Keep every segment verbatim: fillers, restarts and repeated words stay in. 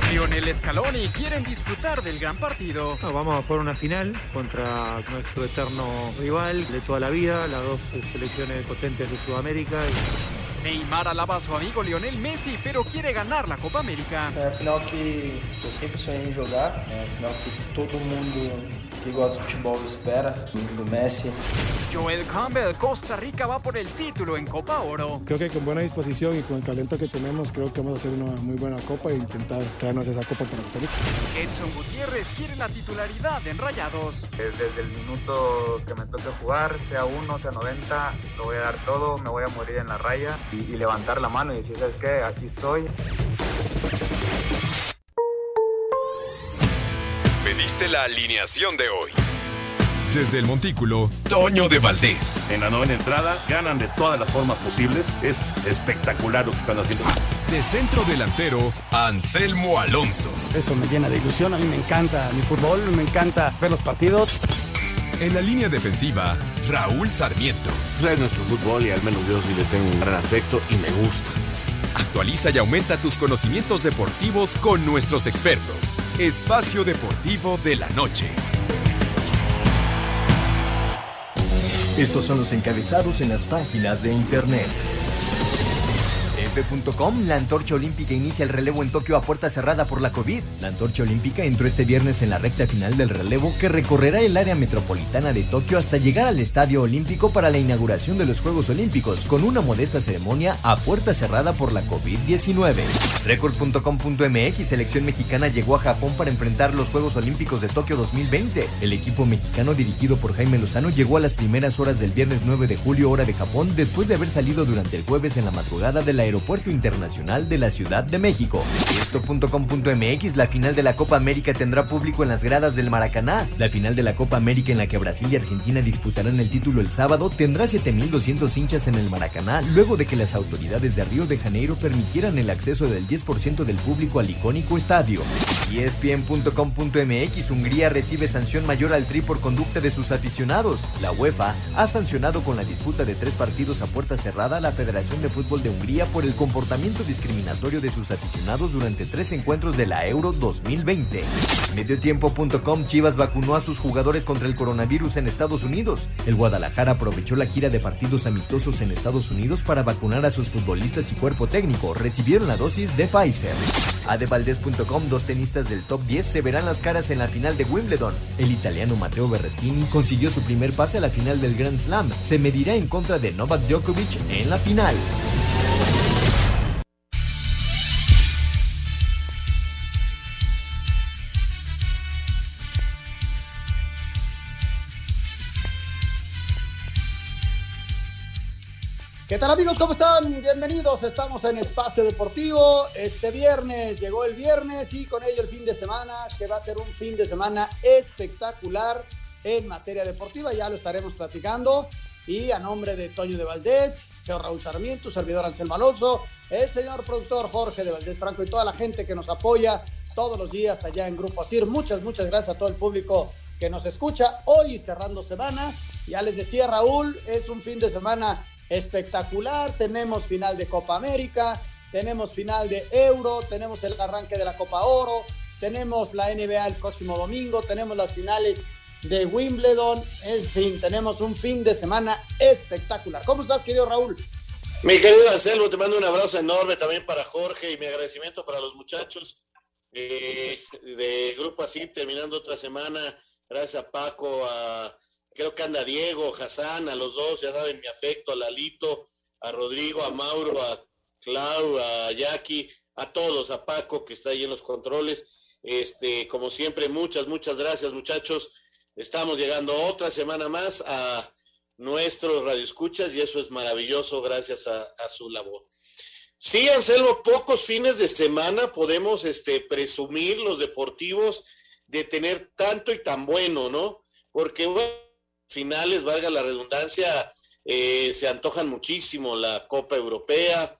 Lionel Scaloni quieren disfrutar del gran partido. No, vamos a jugar una final contra nuestro eterno rival de toda la vida, las dos selecciones potentes de Sudamérica. Neymar alaba a su amigo Lionel Messi, pero quiere ganar la Copa América. É a final que eu sempre sonhei em jogar, é a final que todo mundo que gosta de futebol espera, do Messi. Joel Campbell, Costa Rica va por el título en Copa Oro. Creo que con buena disposición y con el talento que tenemos, creo que vamos a hacer una muy buena Copa e intentar traernos esa Copa para Costa Rica. Edson Gutiérrez quiere la titularidad en Rayados. Desde el minuto que me toque jugar, sea uno, sea noventa, lo voy a dar todo, me voy a morir en la raya y, y levantar la mano y decir, ¿sabes qué? Aquí estoy. Pediste la alineación de hoy. Desde el Montículo, Toño de Valdés. En la novena entrada ganan de todas las formas posibles. Es espectacular lo que están haciendo. De centro delantero, Anselmo Alonso. Eso me llena de ilusión. A mí me encanta mi fútbol, me encanta ver los partidos. En la línea defensiva, Raúl Sarmiento. Pues es nuestro fútbol y al menos yo sí le tengo un gran afecto y me gusta. Actualiza y aumenta tus conocimientos deportivos con nuestros expertos. Espacio Deportivo de la Noche. Estos son los encabezados en las páginas de internet. F punto com, la antorcha olímpica inicia el relevo en Tokio a puerta cerrada por la COVID. La antorcha olímpica entró este viernes en la recta final del relevo que recorrerá el área metropolitana de Tokio hasta llegar al Estadio Olímpico para la inauguración de los Juegos Olímpicos, con una modesta ceremonia a puerta cerrada por la COVID diecinueve. Record punto com punto m x, selección mexicana llegó a Japón para enfrentar los Juegos Olímpicos de Tokio dos mil veinte. El equipo mexicano dirigido por Jaime Lozano llegó a las primeras horas del viernes nueve de julio hora de Japón, después de haber salido durante el jueves en la madrugada del Aeropuerto Internacional de la Ciudad de México. Esto punto com punto m x, la final de la Copa América tendrá público en las gradas del Maracaná. La final de la Copa América, en la que Brasil y Argentina disputarán el título el sábado, tendrá siete mil doscientos hinchas en el Maracaná, luego de que las autoridades de Río de Janeiro permitieran el acceso del diez por ciento del público al icónico estadio. E S P N punto com punto m x, Hungría recibe sanción mayor al Tri por conducta de sus aficionados. La UEFA ha sancionado con la disputa de tres partidos a puerta cerrada a la Federación de Fútbol de Hungría por el comportamiento discriminatorio de sus aficionados durante tres encuentros de la Euro dos mil veinte. Mediotiempo punto com, Chivas vacunó a sus jugadores contra el coronavirus en Estados Unidos. El Guadalajara aprovechó la gira de partidos amistosos en Estados Unidos para vacunar a sus futbolistas y cuerpo técnico. Recibieron la dosis de Pfizer. Adevaldez punto com, dos tenistas del top diez se verán las caras en la final de Wimbledon. El italiano Matteo Berrettini consiguió su primer pase a la final del Grand Slam. Se medirá en contra de Novak Djokovic en la final. ¿Qué tal, amigos? ¿Cómo están? Bienvenidos. Estamos en Espacio Deportivo. Este viernes, llegó el viernes y con ello el fin de semana, que va a ser un fin de semana espectacular en materia deportiva. Ya lo estaremos platicando. Y a nombre de Toño de Valdés, señor Raúl Sarmiento, servidor Anselmo Alonso, el señor productor Jorge de Valdés Franco y toda la gente que nos apoya todos los días allá en Grupo Asir. Muchas, muchas gracias a todo el público que nos escucha. Hoy, cerrando semana, ya les decía Raúl, es un fin de semana espectacular. Tenemos final de Copa América, tenemos final de Euro, tenemos el arranque de la Copa Oro, tenemos la N B A el próximo domingo, tenemos las finales de Wimbledon. En fin, tenemos un fin de semana espectacular. ¿Cómo estás, querido Raúl? Mi querido Anselmo, te mando un abrazo enorme también para Jorge y mi agradecimiento para los muchachos eh, de Grupo Asir, terminando otra semana. Gracias a Paco, a creo que anda Diego, Hassan, a los dos, ya saben, mi afecto, a Lalito, a Rodrigo, a Mauro, a Clau, a Jackie, a todos, a Paco, que está ahí en los controles. Este, como siempre, muchas, muchas gracias, muchachos. Estamos llegando otra semana más a nuestros radioescuchas y eso es maravilloso gracias a, a su labor. Sí, Anselmo, pocos fines de semana podemos este, presumir los deportivos de tener tanto y tan bueno, ¿no? Porque, bueno, finales, valga la redundancia, eh, se antojan muchísimo. La Copa Europea,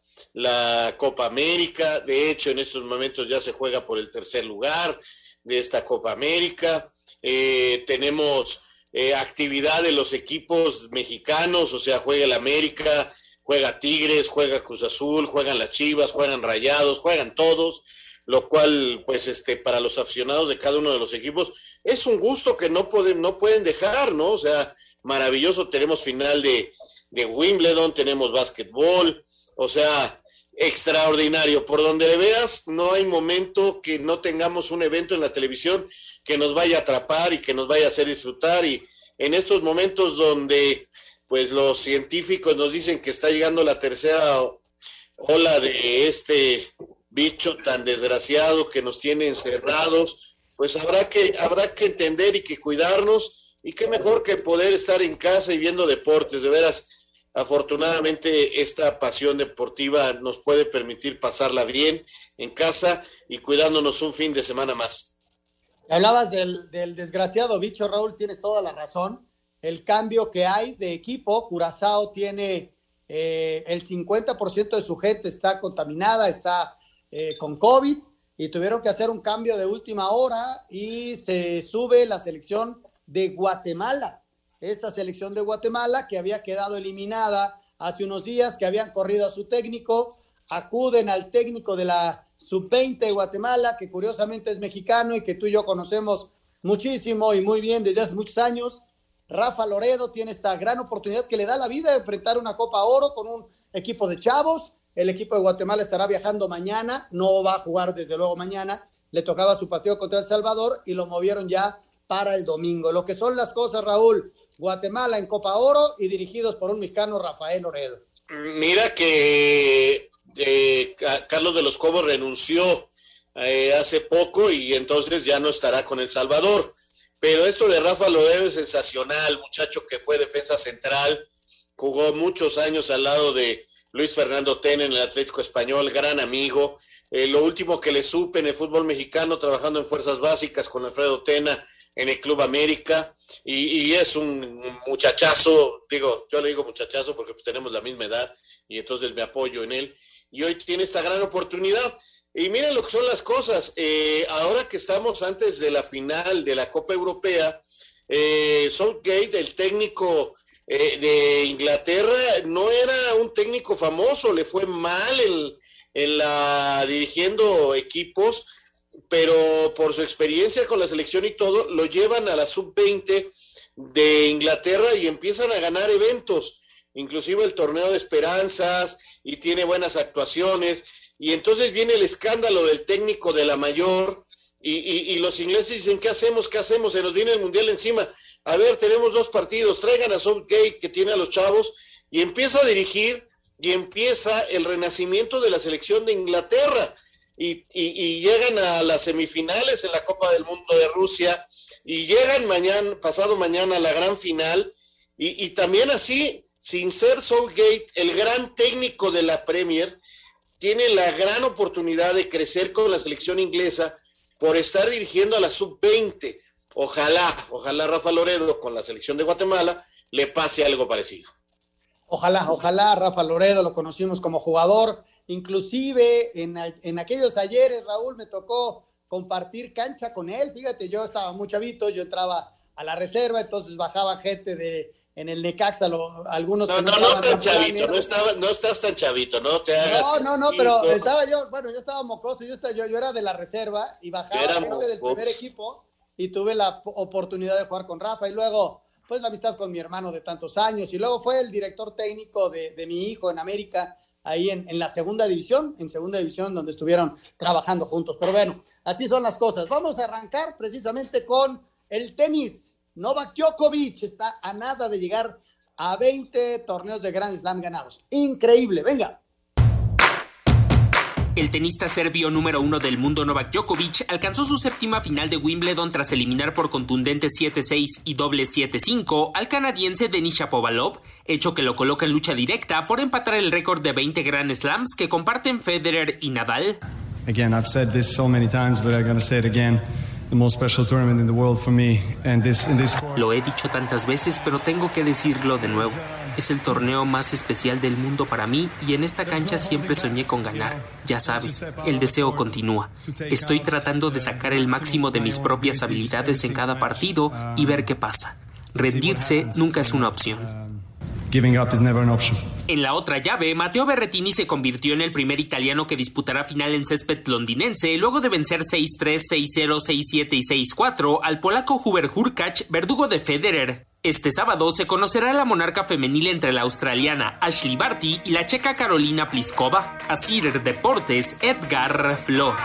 la Copa América, de hecho en estos momentos ya se juega por el tercer lugar de esta Copa América. Eh, tenemos eh, actividad de los equipos mexicanos, o sea, juega el América, juega Tigres, juega Cruz Azul, juegan las Chivas, juegan Rayados, juegan todos. lo cual, pues, este, para los aficionados de cada uno de los equipos, es un gusto que no pueden, no pueden dejar, ¿no? O sea, maravilloso, tenemos final de, de Wimbledon, tenemos básquetbol, o sea, extraordinario. Por donde le veas, no hay momento que no tengamos un evento en la televisión que nos vaya a atrapar y que nos vaya a hacer disfrutar, y en estos momentos donde pues los científicos nos dicen que está llegando la tercera ola de este bicho tan desgraciado que nos tiene encerrados, pues habrá que, habrá que entender y que cuidarnos, y qué mejor que poder estar en casa y viendo deportes. De veras, afortunadamente esta pasión deportiva nos puede permitir pasarla bien en casa y cuidándonos un fin de semana más. Hablabas del, del desgraciado bicho, Raúl, tienes toda la razón. El cambio que hay de equipo, Curazao tiene eh, el cincuenta por ciento de su gente está contaminada, está eh, con COVID, y tuvieron que hacer un cambio de última hora y se sube la selección de Guatemala. Esta selección de Guatemala, que había quedado eliminada hace unos días, que habían corrido a su técnico, acuden al técnico de la sub veinte de Guatemala, que curiosamente es mexicano y que tú y yo conocemos muchísimo y muy bien desde hace muchos años. Rafa Loredo tiene esta gran oportunidad que le da la vida de enfrentar una Copa Oro con un equipo de chavos. El equipo de Guatemala estará viajando mañana, no va a jugar desde luego mañana, le tocaba su partido contra El Salvador y lo movieron ya para el domingo. Lo que son las cosas, Raúl, Guatemala en Copa Oro y dirigidos por un mexicano, Rafael Loredo. Mira que eh, Carlos de los Cobos renunció eh, hace poco y entonces ya no estará con El Salvador. Pero esto de Rafa Loredo es sensacional, muchacho que fue defensa central, jugó muchos años al lado de Luis Fernando Tena en el Atlético Español, gran amigo. Eh, lo último que le supe en el fútbol mexicano, trabajando en fuerzas básicas con Alfredo Tena en el Club América, y, y es un muchachazo, digo, yo le digo muchachazo porque pues tenemos la misma edad y entonces me apoyo en él, y hoy tiene esta gran oportunidad. Y miren lo que son las cosas, eh, ahora que estamos antes de la final de la Copa Europea, eh, Southgate, el técnico eh, de Inglaterra, no era un técnico famoso, le fue mal el, en la dirigiendo equipos, pero por su experiencia con la selección y todo, lo llevan a la sub veinte de Inglaterra y empiezan a ganar eventos, inclusive el torneo de esperanzas, y tiene buenas actuaciones. Y entonces viene el escándalo del técnico de la mayor, y, y, y los ingleses dicen, ¿qué hacemos? ¿Qué hacemos? Se nos viene el Mundial encima. A ver, tenemos dos partidos, traigan a Southgate, que tiene a los chavos, y empieza a dirigir, y empieza el renacimiento de la selección de Inglaterra, y, y, y llegan a las semifinales en la Copa del Mundo de Rusia, y llegan mañana, pasado mañana a la gran final, y, y también así, sin ser Southgate, el gran técnico de la Premier, tiene la gran oportunidad de crecer con la selección inglesa por estar dirigiendo a la sub veinte. Ojalá, ojalá Rafa Loredo con la selección de Guatemala le pase algo parecido. Ojalá, ojalá Rafa Loredo, lo conocimos como jugador, inclusive en, en aquellos ayeres, Raúl, me tocó compartir cancha con él. Fíjate, yo estaba muy chavito, yo entraba a la reserva, entonces bajaba gente de... en el Necaxa, lo, algunos... No, no, no, no tan chavito, no, estaba, no estás tan chavito, no te hagas... No, no, no, pero no. estaba yo, bueno, yo estaba mocoso, yo, estaba, yo, yo era de la reserva y bajaba gente del primer equipo y tuve la oportunidad de jugar con Rafa, y luego, pues, la amistad con mi hermano de tantos años, y luego fue el director técnico de, de mi hijo en América, ahí en, en la segunda división, en segunda división, donde estuvieron trabajando juntos. Pero bueno, así son las cosas. Vamos a arrancar precisamente con el tenis. Novak Djokovic está a nada de llegar a veinte torneos de Grand Slam ganados. Increíble, venga. El tenista serbio número uno del mundo, Novak Djokovic, alcanzó su séptima final de Wimbledon tras eliminar por contundente siete seis y doble siete cinco al canadiense Denis Shapovalov, hecho que lo coloca en lucha directa por empatar el récord de veinte Grand Slams que comparten Federer y Nadal. Again, I've said this so many times, but I'm going to say it again. The most special tournament in the world for me, and this, in this... Lo he dicho tantas veces, pero tengo que decirlo de nuevo. Es el torneo más especial del mundo para mí, y en esta cancha siempre soñé con ganar. Ya sabes, el deseo continúa. Estoy tratando de sacar el máximo de mis propias habilidades en cada partido y ver qué pasa. Rendirse nunca es una opción. giving up is never an option. En la otra llave, Matteo Berrettini se convirtió en el primer italiano que disputará final en césped londinense luego de vencer seis tres, seis cero, seis siete y seis cuatro al polaco Hubert Hurkacz, verdugo de Federer. Este sábado se conocerá la monarca femenil entre la australiana Ashley Barty y la checa Carolina Pliskova. Asir Deportes, Edgar Flores.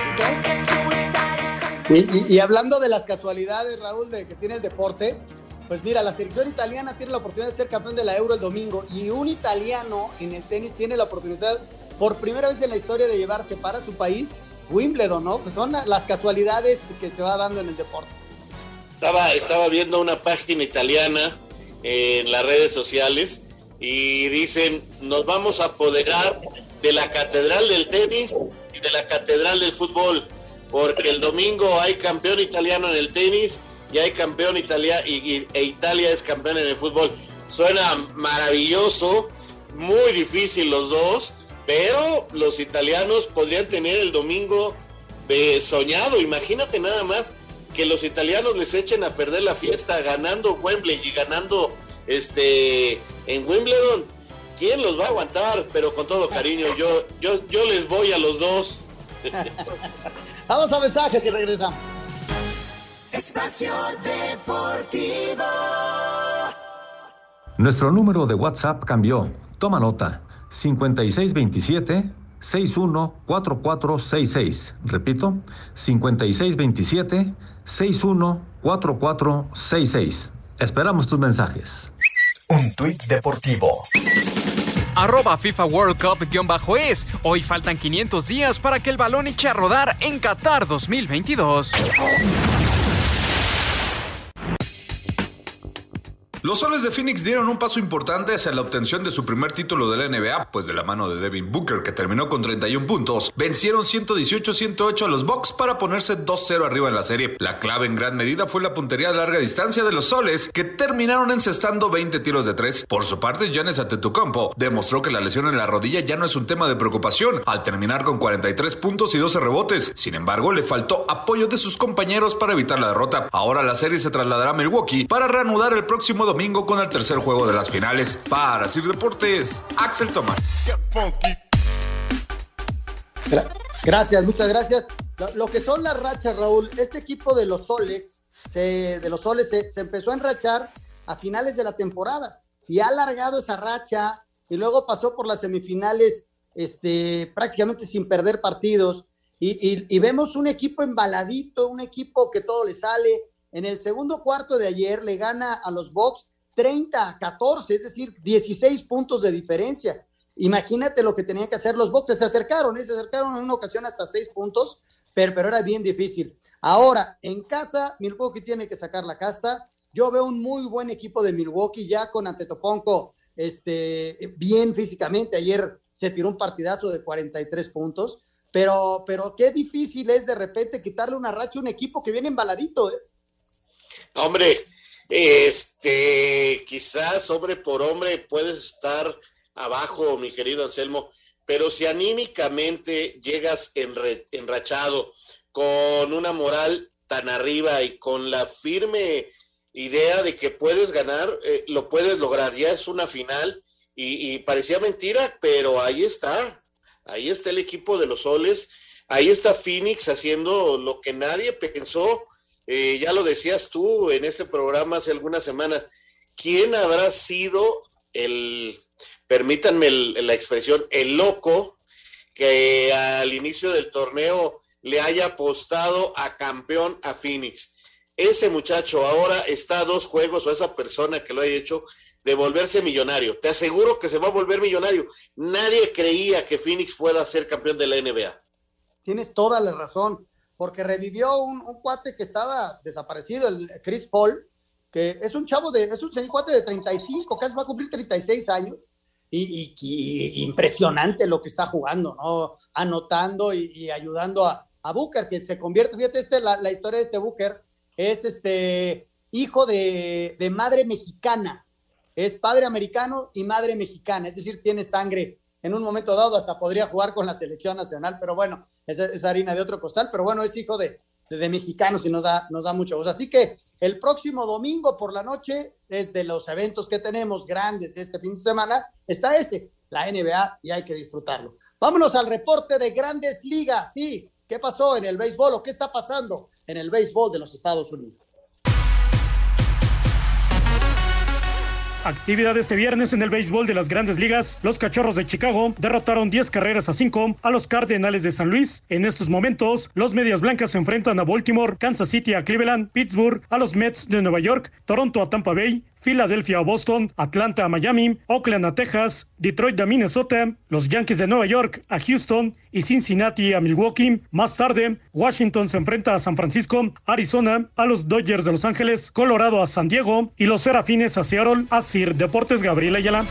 Y, y, y hablando de las casualidades, Raúl, de que tiene el deporte, pues mira, la selección italiana tiene la oportunidad de ser campeón de la Euro el domingo y un italiano en el tenis tiene la oportunidad por primera vez en la historia de llevarse para su país Wimbledon, ¿no? Que son las casualidades que se va dando en el deporte. Estaba, estaba viendo una página italiana en las redes sociales y dicen, nos vamos a apoderar de la catedral del tenis y de la catedral del fútbol, porque el domingo hay campeón italiano en el tenis y hay campeón italiano y, y, e Italia es campeón en el fútbol. Suena maravilloso, muy difícil los dos, pero los italianos podrían tener el domingo de soñado. Imagínate nada más que los italianos les echen a perder la fiesta ganando Wembley y ganando este en Wimbledon. ¿Quién los va a aguantar? Pero con todo cariño, yo, yo, yo les voy a los dos. Vamos a mensajes y regresamos. Espacio Deportivo. Nuestro número de WhatsApp cambió. Toma nota. cincuenta y seis veintisiete, sesenta y uno, cuarenta y cuatro sesenta y seis. Repito, cincuenta y seis veintisiete, sesenta y uno, cuarenta y cuatro sesenta y seis. Esperamos tus mensajes. Un tuit deportivo. Arroba FIFA World Cup-es. Hoy faltan quinientos días para que el balón eche a rodar en Qatar dos mil veintidós. Los Soles de Phoenix dieron un paso importante hacia la obtención de su primer título de la N B A, pues de la mano de Devin Booker, que terminó con treinta y uno puntos, vencieron ciento dieciocho a ciento ocho a los Bucks para ponerse dos cero arriba en la serie. La clave en gran medida fue la puntería a larga distancia de los Soles, que terminaron encestando veinte tiros de tres. Por su parte, Giannis Antetokounmpo demostró que la lesión en la rodilla ya no es un tema de preocupación, al terminar con cuarenta y tres puntos y doce rebotes. Sin embargo, le faltó apoyo de sus compañeros para evitar la derrota. Ahora la serie se trasladará a Milwaukee para reanudar el próximo domingo con el tercer juego de las finales. Para Sir Deportes, Axel Tomás. Gracias, muchas gracias. Lo, lo que son las rachas, Raúl, este equipo de los Soles, se, de los Soles se, se empezó a enrachar a finales de la temporada y ha alargado esa racha y luego pasó por las semifinales este, prácticamente sin perder partidos y, y, y vemos un equipo embaladito, un equipo que todo le sale. En el segundo cuarto de ayer le gana a los Bucks treinta a catorce, es decir, dieciséis puntos de diferencia. Imagínate lo que tenían que hacer los Bucks. Se acercaron, ¿eh? se acercaron en una ocasión hasta seis puntos, pero, pero era bien difícil. Ahora, en casa, Milwaukee tiene que sacar la casta. Yo veo un muy buen equipo de Milwaukee ya con Antetokounmpo este, bien físicamente. Ayer se tiró un partidazo de cuarenta y tres puntos, pero, pero qué difícil es de repente quitarle una racha a un equipo que viene embaladito, ¿eh? Hombre, este, quizás hombre por hombre puedes estar abajo, mi querido Anselmo, pero si anímicamente llegas enre, enrachado, con una moral tan arriba y con la firme idea de que puedes ganar, eh, lo puedes lograr. Ya es una final y, y parecía mentira, pero ahí está, ahí está el equipo de los Soles, ahí está Phoenix haciendo lo que nadie pensó. Eh, ya lo decías tú en este programa hace algunas semanas, ¿quién habrá sido el, permítanme el, la expresión, el loco que al inicio del torneo le haya apostado a campeón a Phoenix? Ese muchacho ahora está a dos juegos, o esa persona que lo haya hecho, de volverse millonario. Te aseguro que se va a volver millonario. Nadie creía que Phoenix pueda ser campeón de la N B A. Tienes toda la razón, porque revivió un, un cuate que estaba desaparecido, el Chris Paul, que es un chavo de, es un cuate de treinta y cinco, casi va a cumplir treinta y seis años, y, y, y impresionante lo que está jugando, ¿no? Anotando y, y ayudando a, a Booker, que se convierte, fíjate, este, la, la historia de este Booker, es este hijo de, de madre mexicana, es padre americano y madre mexicana, es decir, tiene sangre. En un momento dado hasta podría jugar con la selección nacional, pero bueno, esa es harina de otro costal, pero bueno, es hijo de, de mexicanos y nos da, nos da mucho gusto. Así que el próximo domingo por la noche, de los eventos que tenemos grandes este fin de semana, está ese, la N B A, y hay que disfrutarlo. Vámonos al reporte de Grandes Ligas. Sí, ¿qué pasó en el béisbol o qué está pasando en el béisbol de los Estados Unidos? Actividad este viernes en el béisbol de las Grandes Ligas. Los Cachorros de Chicago derrotaron diez carreras a cinco a los Cardenales de San Luis. En estos momentos, los Medias Blancas se enfrentan a Baltimore, Kansas City a Cleveland, Pittsburgh a los Mets de Nueva York, Toronto a Tampa Bay, Filadelfia a Boston, Atlanta a Miami, Oakland a Texas, Detroit a Minnesota, los Yankees de Nueva York a Houston y Cincinnati a Milwaukee. Más tarde, Washington se enfrenta a San Francisco, Arizona a los Dodgers de Los Ángeles, Colorado a San Diego y los Serafines a Seattle. A Sir Deportes, Gabriel Ayala.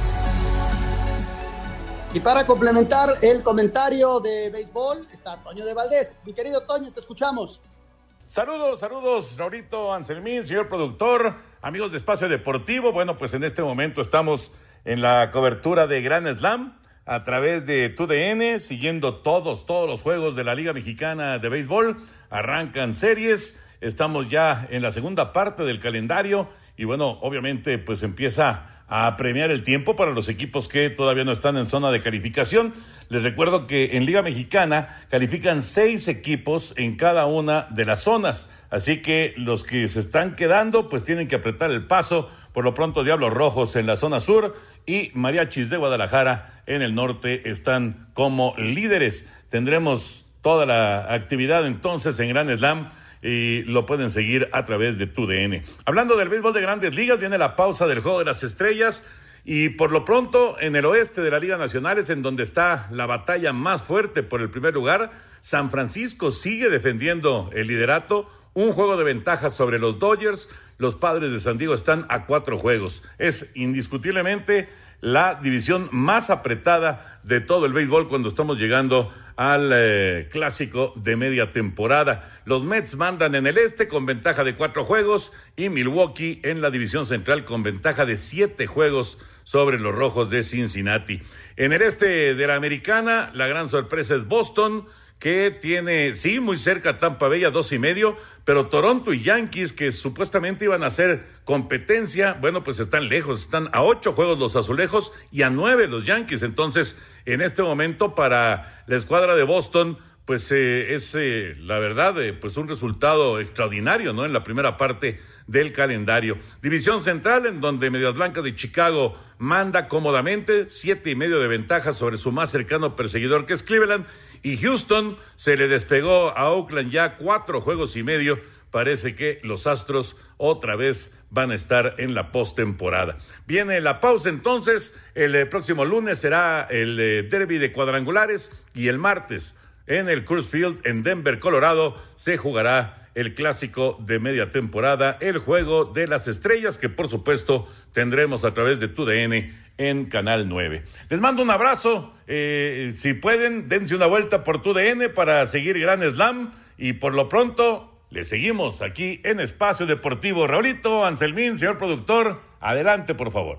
Y para complementar el comentario de béisbol está Toño de Valdés. Mi querido Toño, te escuchamos. Saludos, saludos, Raulito, Anselmín, señor productor, amigos de Espacio Deportivo. Bueno, pues en este momento estamos en la cobertura de Grand Slam a través de T U D N, siguiendo todos, todos los juegos de la Liga Mexicana de Béisbol. Arrancan series, estamos ya en la segunda parte del calendario y bueno, obviamente pues empieza a apremiar el tiempo para los equipos que todavía no están en zona de calificación. Les recuerdo que en Liga Mexicana califican seis equipos en cada una de las zonas, así que los que se están quedando pues tienen que apretar el paso. Por lo pronto, Diablos Rojos en la zona sur y Mariachis de Guadalajara en el norte están como líderes. Tendremos toda la actividad entonces en Grand Slam y lo pueden seguir a través de T U D N. Hablando del béisbol de Grandes Ligas, viene la pausa del Juego de las Estrellas y por lo pronto en el oeste de la Liga Nacional es en donde está la batalla más fuerte por el primer lugar. San Francisco sigue defendiendo el liderato, un juego de ventaja sobre los Dodgers. Los Padres de San Diego están a cuatro juegos. Es indiscutiblemente la división más apretada de todo el béisbol cuando estamos llegando al eh, clásico de media temporada. Los Mets mandan en el este con ventaja de cuatro juegos y Milwaukee en la división central con ventaja de siete juegos sobre los Rojos de Cincinnati. En el este de la Americana, la gran sorpresa es Boston, que tiene, sí, muy cerca Tampa Bay a dos y medio, pero Toronto y Yankees, que supuestamente iban a hacer competencia, bueno, pues están lejos, están a ocho juegos los azulejos y a nueve los Yankees. Entonces, en este momento para la escuadra de Boston, pues eh, es eh, la verdad, eh, pues un resultado extraordinario, ¿no? En la primera parte del calendario. División central, en donde Medias Blancas de Chicago manda cómodamente, siete y medio de ventaja sobre su más cercano perseguidor, que es Cleveland, y Houston se le despegó a Oakland ya cuatro juegos y medio. Parece que los Astros otra vez van a estar en la postemporada. Viene la pausa entonces, el eh, próximo lunes será el eh, derby de cuadrangulares y el martes en el Coors Field en Denver, Colorado, se jugará el clásico de media temporada, el Juego de las Estrellas, que por supuesto tendremos a través de T U D N en Canal nueve. Les mando un abrazo, eh, si pueden, dense una vuelta por T U D N para seguir Grand Slam y por lo pronto les seguimos aquí en Espacio Deportivo. Raulito, Anselmín, señor productor, adelante por favor.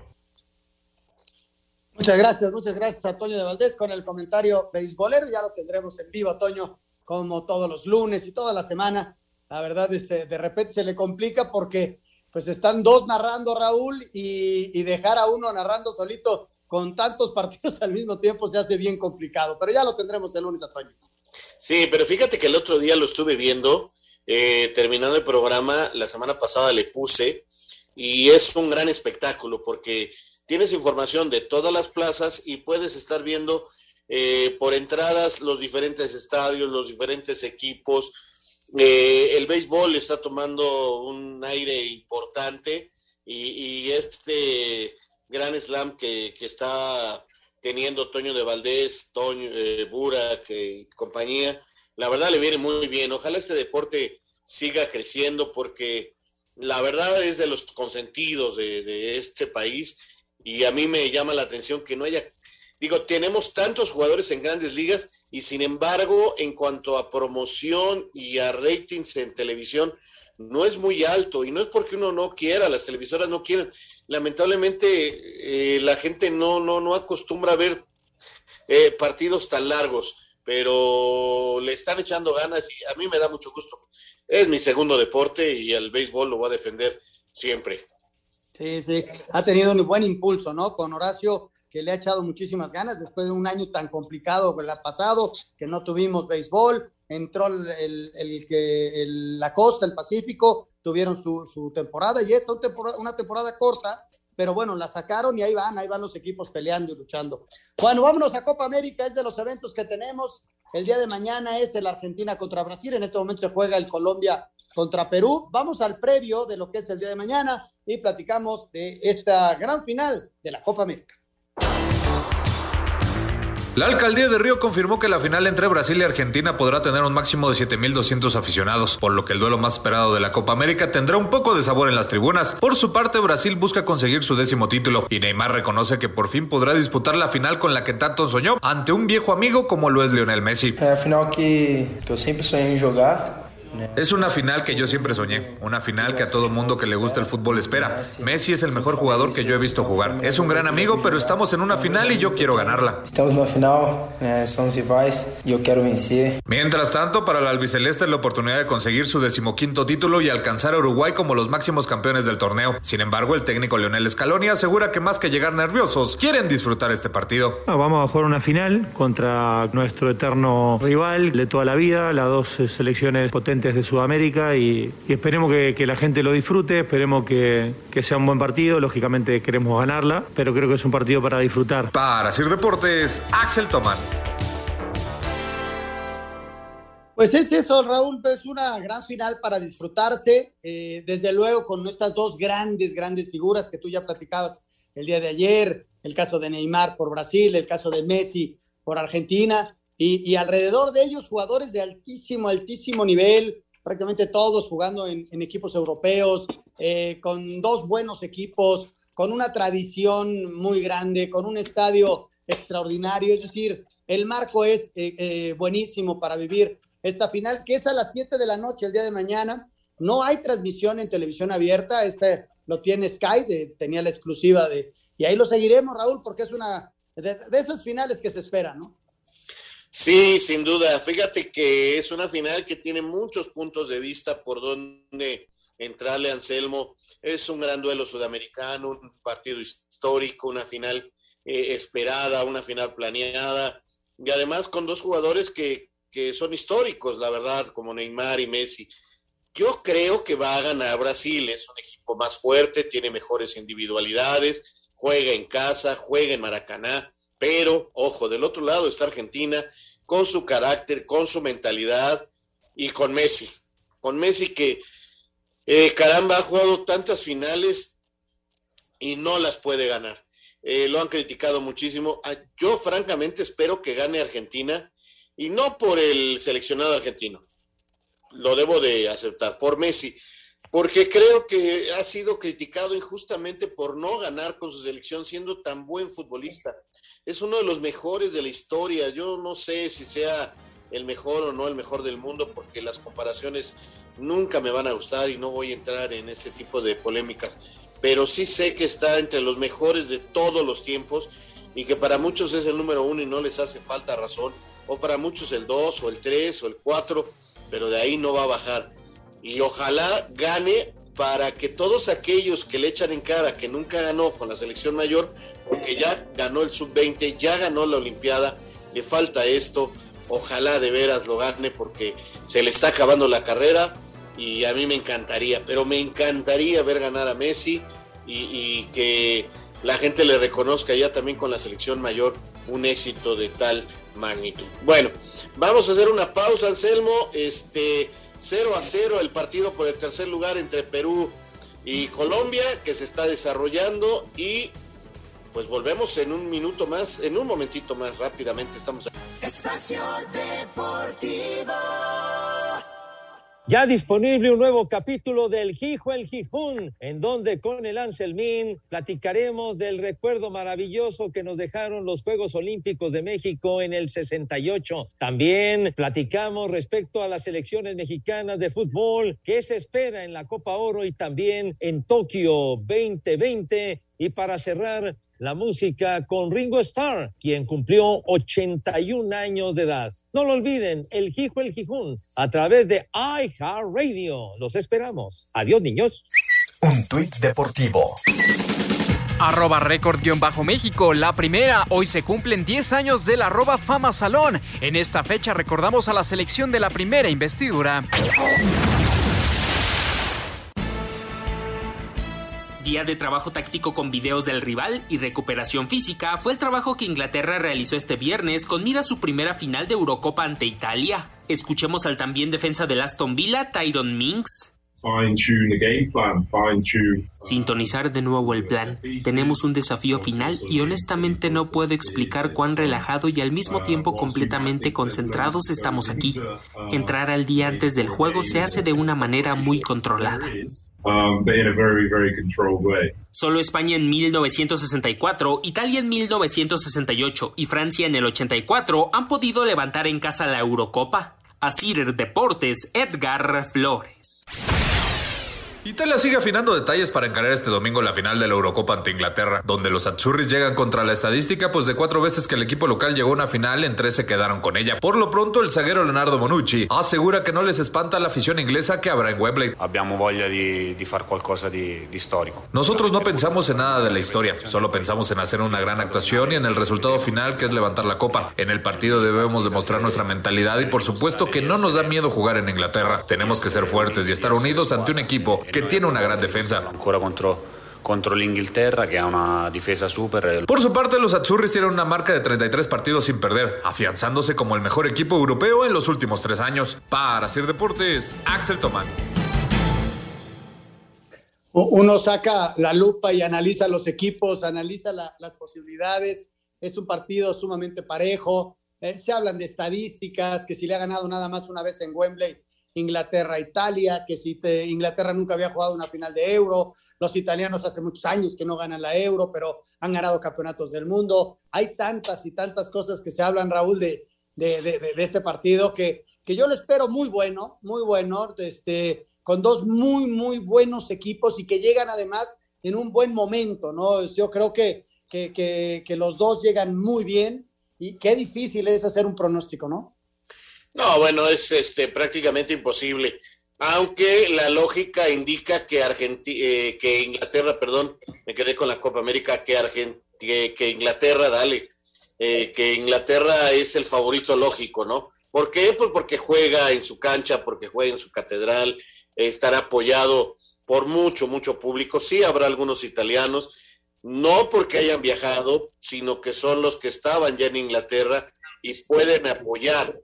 Muchas gracias, muchas gracias a Toño de Valdés con el comentario beisbolero. Ya lo tendremos en vivo, Toño, como todos los lunes y toda la semana. La verdad es que de repente se le complica porque pues están dos narrando, Raúl, y, y dejar a uno narrando solito con tantos partidos al mismo tiempo se hace bien complicado. Pero ya lo tendremos el lunes a Toño. Sí, pero fíjate que el otro día lo estuve viendo, eh, terminando el programa, la semana pasada le puse, y es un gran espectáculo porque tienes información de todas las plazas y puedes estar viendo eh, por entradas los diferentes estadios, los diferentes equipos. Eh, el béisbol está tomando un aire importante y, y este Grand Slam que, que está teniendo Toño de Valdés, Toño, eh, Burak y compañía, la verdad le viene muy bien. Ojalá este deporte siga creciendo porque la verdad es de los consentidos de, de este país y a mí me llama la atención que no haya, digo, tenemos tantos jugadores en grandes ligas y sin embargo, en cuanto a promoción y a ratings en televisión, no es muy alto y no es porque uno no quiera, las televisoras no quieren. Lamentablemente, eh, la gente no, no, no acostumbra a ver eh, partidos tan largos, pero le están echando ganas y a mí me da mucho gusto. Es mi segundo deporte y el béisbol lo voy a defender siempre. Sí, sí, ha tenido un buen impulso, ¿no? Con Horacio, que le ha echado muchísimas ganas después de un año tan complicado el pasado, que no tuvimos béisbol, entró el, el, el, el, la costa, el Pacífico, tuvieron su, su temporada, y esta una temporada, una temporada corta, pero bueno, la sacaron y ahí van, ahí van los equipos peleando y luchando. Bueno, vámonos a Copa América, es de los eventos que tenemos. El día de mañana es el Argentina contra Brasil, en este momento se juega el Colombia contra Perú. Vamos al previo de lo que es el día de mañana y platicamos de esta gran final de la Copa América. La alcaldía de Río confirmó que la final entre Brasil y Argentina podrá tener un máximo de siete mil doscientos aficionados, por lo que el duelo más esperado de la Copa América tendrá un poco de sabor en las tribunas. Por su parte, Brasil busca conseguir su décimo título y Neymar reconoce que por fin podrá disputar la final con la que tanto soñó ante un viejo amigo como lo es Lionel Messi. É a final que eu sempre sonhei em jogar. Es una final que yo siempre soñé, una final que a todo mundo que le gusta el fútbol espera. Messi es el mejor jugador que yo he visto jugar. Es un gran amigo, pero estamos en una final y yo quiero ganarla. Estamos en una final, eh, somos rivales y yo quiero vencer. Mientras tanto, para el albiceleste es la oportunidad de conseguir su decimoquinto título y alcanzar a Uruguay como los máximos campeones del torneo. Sin embargo, el técnico Lionel Scaloni asegura que más que llegar nerviosos, quieren disfrutar este partido. No, vamos a jugar una final contra nuestro eterno rival de toda la vida, las dos selecciones potentes de Sudamérica y, y esperemos que, que la gente lo disfrute, esperemos que, que sea un buen partido, lógicamente queremos ganarla, pero creo que es un partido para disfrutar. Para Sir Deportes, Axel Tomán. Pues es eso, Raúl, es una gran final para disfrutarse, eh, desde luego con estas dos grandes, grandes figuras que tú ya platicabas el día de ayer, el caso de Neymar por Brasil, el caso de Messi por Argentina, Y, y alrededor de ellos jugadores de altísimo, altísimo nivel, prácticamente todos jugando en, en equipos europeos, eh, con dos buenos equipos, con una tradición muy grande, con un estadio extraordinario. Es decir, el marco es eh, eh, buenísimo para vivir esta final, que es a las siete de la noche el día de mañana. No hay transmisión en televisión abierta, este lo tiene Sky, de, tenía la exclusiva de, y ahí lo seguiremos, Raúl, porque es una de, de esas finales que se esperan, ¿no? Sí, sin duda. Fíjate que es una final que tiene muchos puntos de vista por donde entrarle, Anselmo. Es un gran duelo sudamericano, un partido histórico, una final eh, esperada, una final planeada, y además con dos jugadores que, que son históricos, la verdad, como Neymar y Messi. Yo creo que va a ganar Brasil, es un equipo más fuerte, tiene mejores individualidades, juega en casa, juega en Maracaná, pero, ojo, del otro lado está Argentina, con su carácter, con su mentalidad y con Messi. Con Messi que, eh, caramba, ha jugado tantas finales y no las puede ganar. Eh, lo han criticado muchísimo. Yo, francamente, espero que gane Argentina y no por el seleccionado argentino. Lo debo de aceptar, por Messi. Porque creo que ha sido criticado injustamente por no ganar con su selección siendo tan buen futbolista. Es uno de los mejores de la historia. Yo no sé si sea el mejor o no el mejor del mundo, porque las comparaciones nunca me van a gustar y no voy a entrar en ese tipo de polémicas. Pero sí sé que está entre los mejores de todos los tiempos y que para muchos es el número uno y no les hace falta razón. O para muchos el dos o el tres o el cuatro, pero de ahí no va a bajar. Y ojalá gane para que todos aquellos que le echan en cara que nunca ganó con la selección mayor, porque ya ganó el sub veinte, ya ganó la Olimpiada, le falta esto, ojalá de veras lo gane porque se le está acabando la carrera y a mí me encantaría, pero me encantaría ver ganar a Messi y, y que la gente le reconozca ya también con la selección mayor un éxito de tal magnitud. Bueno, vamos a hacer una pausa, Anselmo, este... cero a cero el partido por el tercer lugar entre Perú y Colombia que se está desarrollando y pues volvemos en un minuto más, en un momentito más, rápidamente estamos. Espacio Deportivo. Ya disponible un nuevo capítulo del Hijo el Gijón, en donde con el Anselmín platicaremos del recuerdo maravilloso que nos dejaron los Juegos Olímpicos de México en el sesenta y ocho. También platicamos respecto a las selecciones mexicanas de fútbol, qué se espera en la Copa Oro y también en Tokio veinte veinte. Y para cerrar, la música con Ringo Starr, quien cumplió ochenta y un años de edad. No lo olviden, el Hijo el Gijón, a través de iHeartRadio. Los esperamos. Adiós, niños. Un tuit deportivo. Arroba récord-méxico, la primera. Hoy se cumplen diez años del arroba Fama Salón. En esta fecha recordamos a la selección de la primera investidura. Día de trabajo táctico con videos del rival y recuperación física fue el trabajo que Inglaterra realizó este viernes con mira a su primera final de Eurocopa ante Italia. Escuchemos al también defensa del Aston Villa, Tyrone Mings. Fine tune the game plan, fine tune. Sintonizar de nuevo el plan. Tenemos un desafío final y honestamente no puedo explicar cuán relajado y al mismo tiempo completamente concentrados estamos aquí. Entrar al día antes del juego se hace de una manera muy controlada. Solo España en mil novecientos sesenta y cuatro, Italia en mil novecientos sesenta y ocho y Francia en el ochenta y cuatro han podido levantar en casa la Eurocopa. Asir Deportes, Edgar Flores. Italia sigue afinando detalles para encarar este domingo la final de la Eurocopa ante Inglaterra, donde los azzurris llegan contra la estadística, pues de cuatro veces que el equipo local llegó a una final, en tres se quedaron con ella. Por lo pronto, el zaguero Leonardo Bonucci asegura que no les espanta la afición inglesa que habrá en Wembley. Abbiamo voglia di, di far qualcosa di, di storico. Nosotros no pensamos en nada de la historia, solo pensamos en hacer una gran actuación y en el resultado final, que es levantar la copa. En el partido debemos demostrar nuestra mentalidad y por supuesto que no nos da miedo jugar en Inglaterra. Tenemos que ser fuertes y estar unidos ante un equipo que tiene una gran defensa. Ancora contro, contro l'Inghilterra, que ha una difesa super. Por su parte, los azzurris tienen una marca de treinta y tres partidos sin perder, afianzándose como el mejor equipo europeo en los últimos tres años. Para Sir Deportes, Axel Tomán. Uno saca la lupa y analiza los equipos, analiza la, las posibilidades. Es un partido sumamente parejo. Eh, se hablan de estadísticas, que si le ha ganado nada más una vez en Wembley Inglaterra, Italia, que si te, Inglaterra nunca había jugado una final de Euro, los italianos hace muchos años que no ganan la Euro, pero han ganado campeonatos del mundo. Hay tantas y tantas cosas que se hablan, Raúl, de, de, de, de este partido que, que yo lo espero muy bueno, muy bueno, este, con dos muy, muy buenos equipos y que llegan además en un buen momento, ¿no? Yo creo que, que, que, que los dos llegan muy bien y qué difícil es hacer un pronóstico, ¿no? No, bueno, es este, prácticamente imposible, aunque la lógica indica que, Argenti- eh, que Inglaterra, perdón, me quedé con la Copa América, que, Argent- que, que Inglaterra, dale, eh, que Inglaterra es el favorito lógico, ¿no? ¿Por qué? Pues porque juega en su cancha, porque juega en su catedral, eh, estará apoyado por mucho, mucho público. Sí, habrá algunos italianos, no porque hayan viajado, sino que son los que estaban ya en Inglaterra y pueden apoyar.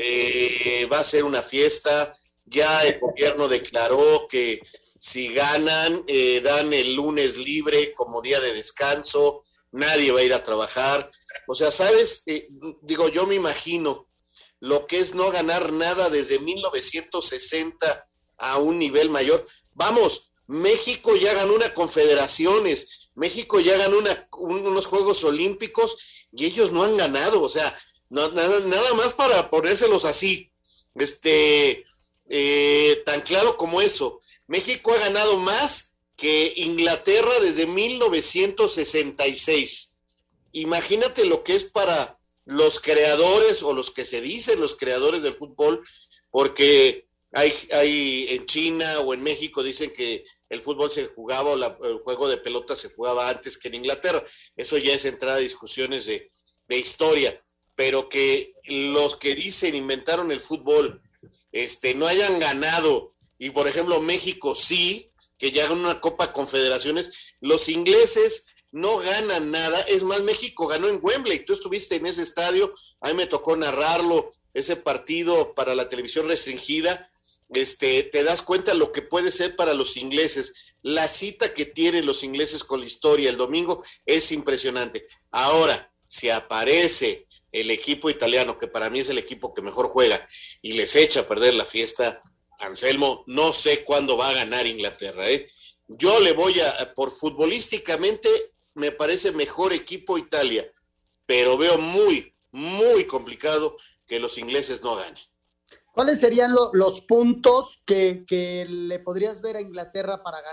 Eh, va a ser una fiesta. Ya el gobierno declaró que si ganan, eh, dan el lunes libre como día de descanso, nadie va a ir a trabajar. O sea, ¿sabes? Eh, digo, yo me imagino lo que es no ganar nada desde mil novecientos sesenta a un nivel mayor. Vamos, México ya ganó una confederaciones, México ya ganó una, un, unos Juegos Olímpicos y ellos no han ganado. O sea, no, nada, nada más para ponérselos así, este, eh, tan claro como eso. México ha ganado más que Inglaterra desde mil novecientos sesenta y seis. Imagínate lo que es para los creadores, o los que se dicen los creadores del fútbol, porque hay, hay en China o en México dicen que el fútbol se jugaba, o la, el juego de pelota se jugaba antes que en Inglaterra. Eso ya es entrada a discusiones de, de historia. Pero que los que dicen inventaron el fútbol este, no hayan ganado, y por ejemplo México sí, que ya ganó una Copa Confederaciones, los ingleses no ganan nada. Es más, México ganó en Wembley, tú estuviste en ese estadio, a mí me tocó narrarlo, ese partido para la televisión restringida. Este, te das cuenta lo que puede ser para los ingleses. La cita que tienen los ingleses con la historia el domingo es impresionante. Ahora, si aparece el equipo italiano, que para mí es el equipo que mejor juega, y les echa a perder la fiesta, Anselmo, no sé cuándo va a ganar Inglaterra, ¿eh? Yo le voy a, por futbolísticamente, me parece mejor equipo Italia, pero veo muy, muy complicado que los ingleses no ganen. ¿Cuáles serían lo, los puntos que, que le podrías ver a Inglaterra para ganar?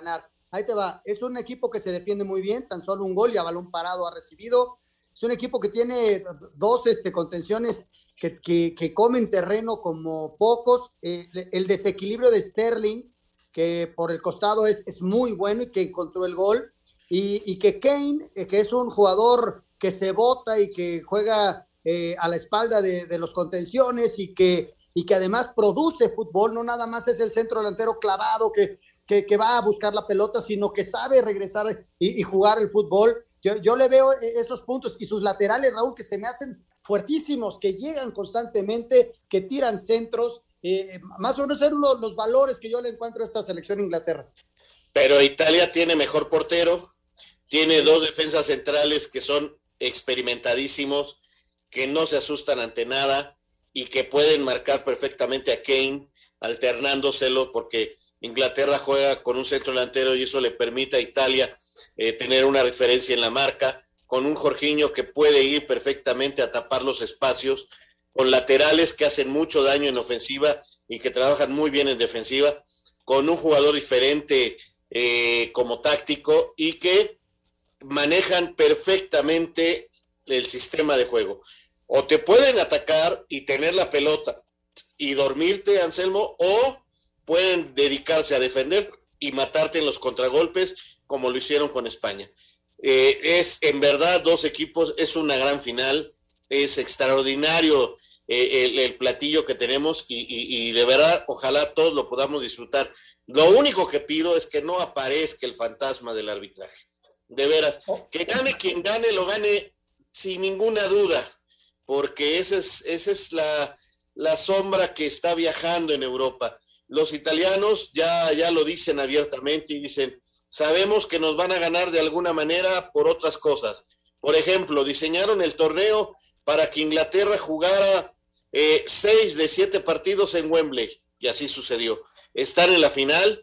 ahí te va. Es un equipo que se defiende muy bien, tan solo un gol y a balón parado ha recibido. Es un equipo que tiene dos este, contenciones que, que, que comen terreno como pocos. Eh, el desequilibrio de Sterling, que por el costado es, es muy bueno y que encontró el gol. Y, y que Kane, eh, que es un jugador que se bota y que juega eh, a la espalda de, de los contenciones y que, y que además produce fútbol, no nada más es el centro delantero clavado que, que, que va a buscar la pelota, sino que sabe regresar y, y jugar el fútbol. Yo, yo le veo esos puntos y sus laterales, Raúl, que se me hacen fuertísimos, que llegan constantemente, que tiran centros, eh, más o menos son los, los valores que yo le encuentro a esta selección de Inglaterra. Pero Italia tiene mejor portero, tiene dos defensas centrales que son experimentadísimos, que no se asustan ante nada y que pueden marcar perfectamente a Kane, alternándoselo, porque Inglaterra juega con un centro delantero y eso le permite a Italia eh, tener una referencia en la marca, con un Jorginho que puede ir perfectamente a tapar los espacios, con laterales que hacen mucho daño en ofensiva y que trabajan muy bien en defensiva, con un jugador diferente eh, como táctico y que manejan perfectamente el sistema de juego. O te pueden atacar y tener la pelota y dormirte, Anselmo, o pueden dedicarse a defender y matarte en los contragolpes como lo hicieron con España. Eh, es en verdad dos equipos, es una gran final, es extraordinario eh, el, el platillo que tenemos y, y, y de verdad ojalá todos lo podamos disfrutar. Lo único que pido es que no aparezca el fantasma del arbitraje. De veras, que gane quien gane, lo gane sin ninguna duda, porque esa es, esa es la, la sombra que está viajando en Europa. Los italianos ya, ya lo dicen abiertamente y dicen, sabemos que nos van a ganar de alguna manera por otras cosas. Por ejemplo, diseñaron el torneo para que Inglaterra jugara eh, seis de siete partidos en Wembley, y así sucedió. Están en la final,